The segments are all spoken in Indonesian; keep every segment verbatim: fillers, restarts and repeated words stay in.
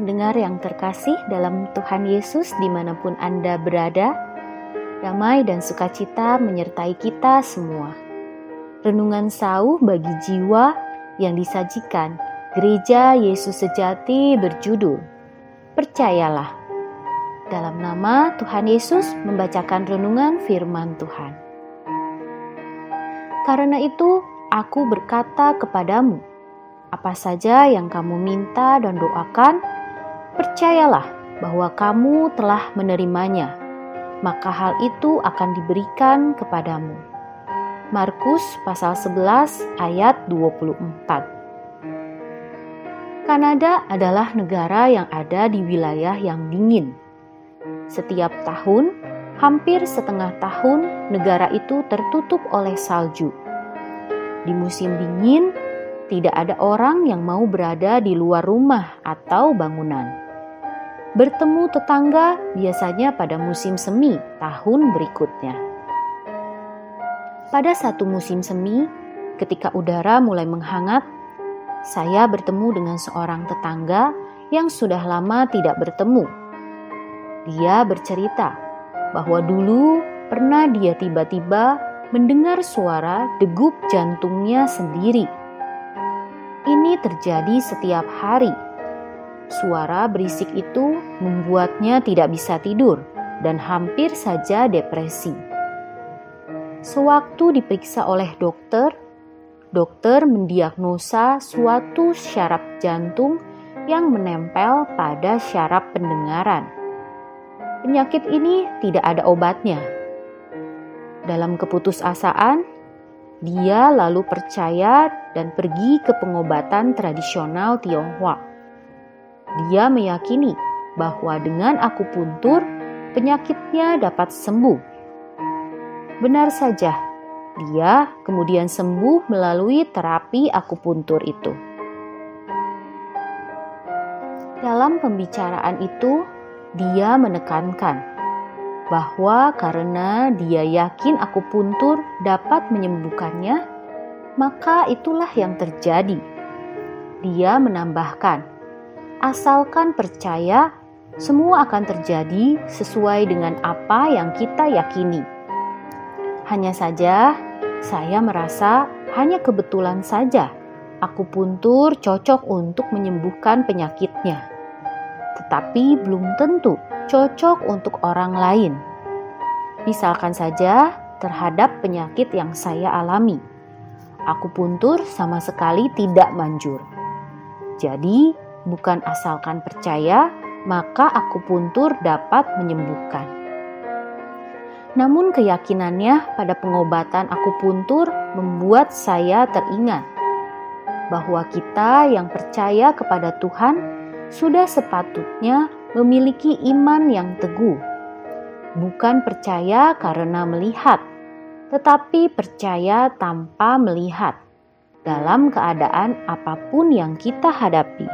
pendengar yang terkasih dalam Tuhan Yesus dimanapun Anda berada, damai dan sukacita menyertai kita semua. Renungan sauh bagi jiwa yang disajikan Gereja Yesus Sejati berjudul Percayalah. Dalam nama Tuhan Yesus membacakan renungan firman Tuhan. Karena itu aku berkata kepadamu, apa saja yang kamu minta dan doakan, percayalah bahwa kamu telah menerimanya, maka hal itu akan diberikan kepadamu. Markus pasal sebelas ayat dua puluh empat. Kanada adalah negara yang ada di wilayah yang dingin. Setiap tahun, hampir setengah tahun, negara itu tertutup oleh salju. Di musim dingin, tidak ada orang yang mau berada di luar rumah atau bangunan. Bertemu tetangga biasanya pada musim semi tahun berikutnya. Pada satu musim semi, ketika udara mulai menghangat, saya bertemu dengan seorang tetangga yang sudah lama tidak bertemu. Dia bercerita bahwa dulu pernah dia tiba-tiba mendengar suara degup jantungnya sendiri. Ini terjadi setiap hari. Suara berisik itu membuatnya tidak bisa tidur dan hampir saja depresi. Sewaktu diperiksa oleh dokter, dokter mendiagnosa suatu syaraf jantung yang menempel pada syaraf pendengaran. Penyakit ini tidak ada obatnya. Dalam keputusasaan, dia lalu percaya dan pergi ke pengobatan tradisional Tionghoa. Dia meyakini bahwa dengan akupuntur, penyakitnya dapat sembuh. Benar saja, dia kemudian sembuh melalui terapi akupuntur itu. Dalam pembicaraan itu, dia menekankan bahwa karena dia yakin akupuntur dapat menyembuhkannya, maka itulah yang terjadi. Dia menambahkan, asalkan percaya, semua akan terjadi sesuai dengan apa yang kita yakini. Hanya saja, saya merasa hanya kebetulan saja akupuntur cocok untuk menyembuhkan penyakitnya. Tetapi belum tentu cocok untuk orang lain. Misalkan saja terhadap penyakit yang saya alami, akupuntur sama sekali tidak manjur. Jadi, bukan asalkan percaya, maka akupuntur dapat menyembuhkan. Namun keyakinannya pada pengobatan akupuntur membuat saya teringat bahwa kita yang percaya kepada Tuhan sudah sepatutnya memiliki iman yang teguh, bukan percaya karena melihat, tetapi percaya tanpa melihat, dalam keadaan apapun yang kita hadapi.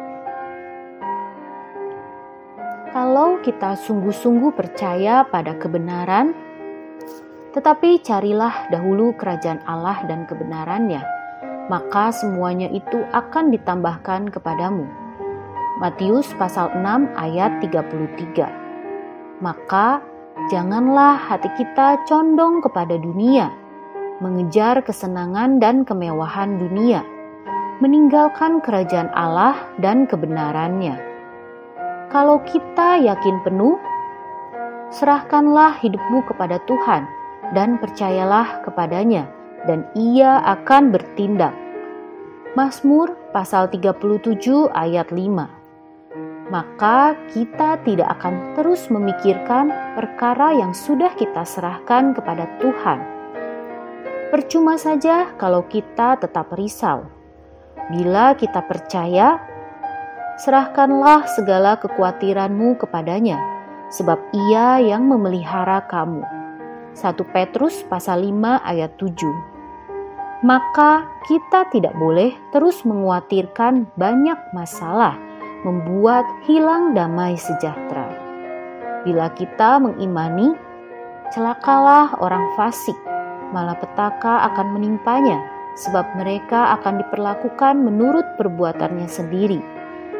Kalau kita sungguh-sungguh percaya pada kebenaran, tetapi carilah dahulu kerajaan Allah dan kebenarannya, maka semuanya itu akan ditambahkan kepadamu. Matius pasal enam ayat tiga puluh tiga. Maka janganlah hati kita condong kepada dunia, mengejar kesenangan dan kemewahan dunia, meninggalkan kerajaan Allah dan kebenarannya. Kalau kita yakin penuh, serahkanlah hidupmu kepada Tuhan dan percayalah kepadanya, dan Ia akan bertindak. Mazmur pasal tiga puluh tujuh ayat lima. Maka kita tidak akan terus memikirkan perkara yang sudah kita serahkan kepada Tuhan. Percuma saja kalau kita tetap risau. Bila kita percaya, serahkanlah segala kekhawatiranmu kepadanya, sebab Ia yang memelihara kamu. satu Petrus pasal lima ayat tujuh. Maka kita tidak boleh terus mengkhawatirkan banyak masalah, membuat hilang damai sejahtera. Bila kita mengimani, celakalah orang fasik, malapetaka akan menimpanya, sebab mereka akan diperlakukan menurut perbuatannya sendiri.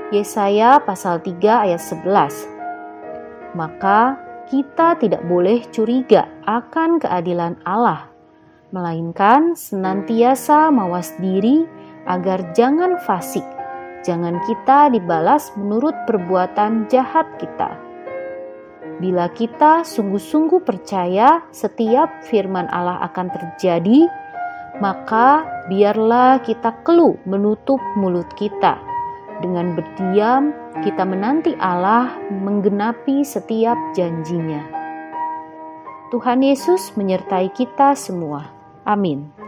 Yesaya pasal tiga ayat sebelas. Maka kita tidak boleh curiga akan keadilan Allah, melainkan senantiasa mawas diri agar jangan fasik, jangan kita dibalas menurut perbuatan jahat kita. Bila kita sungguh-sungguh percaya setiap firman Allah akan terjadi, maka biarlah kita keluh menutup mulut kita. Dengan berdiam, kita menanti Allah menggenapi setiap janjinya. Tuhan Yesus menyertai kita semua. Amin.